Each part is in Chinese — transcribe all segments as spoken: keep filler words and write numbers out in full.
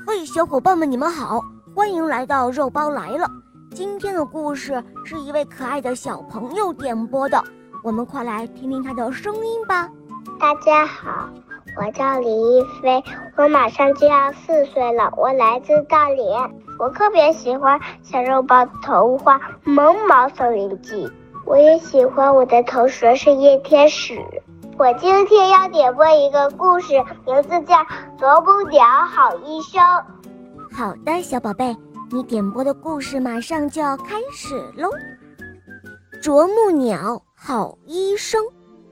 嘿，小伙伴们，你们好，欢迎来到肉包来了。今天的故事是一位可爱的小朋友点播的，我们快来听听他的声音吧。 大家好，我叫李一飞，我马上就要四岁了，我来自大连。我特别喜欢小肉包童话《萌毛森林记》，我也喜欢我的同学是叶天使。我今天要点播一个故事，名字叫《啄木鸟好医生》。 好的，小宝贝，你点播的故事马上就要开始喽。啄木鸟好医生。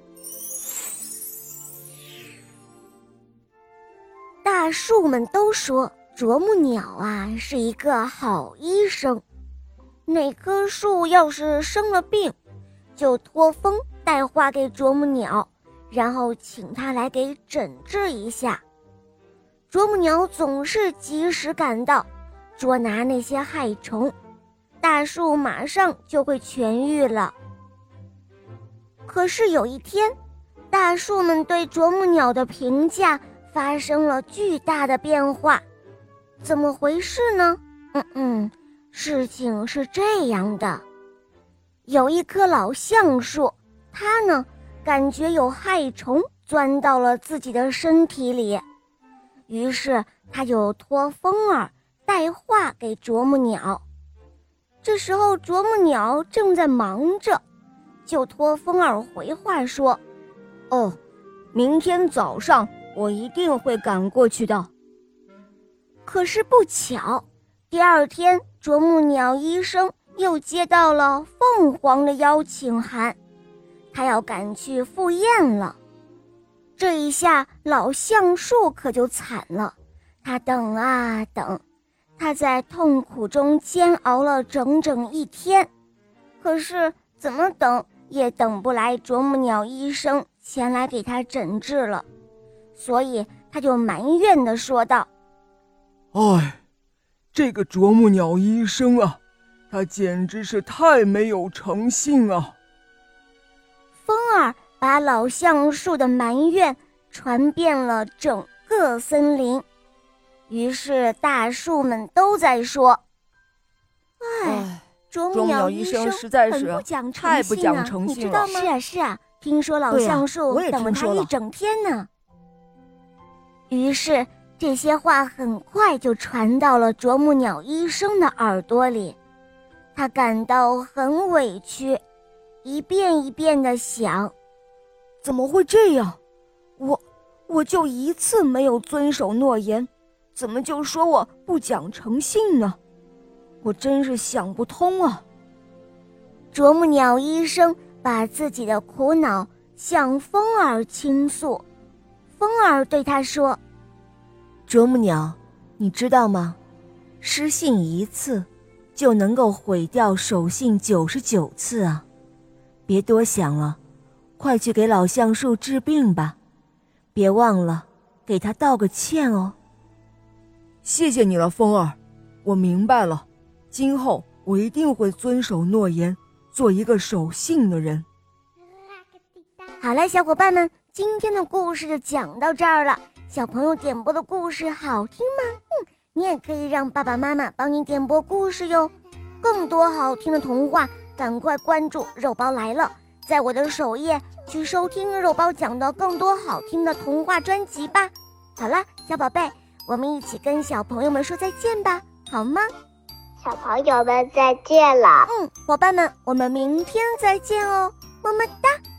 大树们都说啄木鸟啊是一个好医生，哪棵树要是生了病，就托风带话给啄木鸟，然后请他来给诊治一下。啄木鸟总是及时赶到，捉拿那些害虫，大树马上就会痊愈了。可是有一天，大树们对啄木鸟的评价发生了巨大的变化。怎么回事呢？嗯嗯，事情是这样的，有一棵老橡树，它呢感觉有害虫钻到了自己的身体里，于是他就托风儿带话给啄木鸟。这时候啄木鸟正在忙着，就托风儿回话说：哦，明天早上我一定会赶过去的。可是不巧，第二天啄木鸟医生又接到了凤凰的邀请函，他要赶去赴宴了。这一下老橡树可就惨了，他等啊等，他在痛苦中煎熬了整整一天，可是怎么等也等不来啄木鸟医生前来给他诊治了，所以他就埋怨地说道： 哎，这个啄木鸟医生啊，他简直是太没有诚信啊。 风儿把老橡树的埋怨传遍了整个森林，于是大树们都在说：哎，啄木鸟医生实在是太不讲诚信了，你知道吗？是啊是啊，听说老橡树等了他一整天呢。于是这些话很快就传到了啄木鸟医生的耳朵里，他感到很委屈，一遍一遍地想：怎么会这样？我我就一次没有遵守诺言，怎么就说我不讲诚信呢？我真是想不通啊。啄木鸟医生把自己的苦恼向风儿倾诉，风儿对他说： 啄木鸟，你知道吗？失信一次就能够毁掉守信九十九次啊！别多想了，快去给老橡树治病吧，别忘了给他道个歉哦。 谢谢你了，风儿，我明白了，今后我一定会遵守诺言，做一个守信的人。 好了，小伙伴们，今天的故事就讲到这儿了。小朋友点播的故事好听吗？嗯，你也可以让爸爸妈妈帮你点播故事哟。更多好听的童话，赶快关注肉包来了，在我的首页去收听肉包讲的更多好听的童话专辑吧。好了，小宝贝，我们一起跟小朋友们说再见吧，好吗？ 小朋友们再见了。 嗯，伙伴们，我们明天再见哦，么么哒。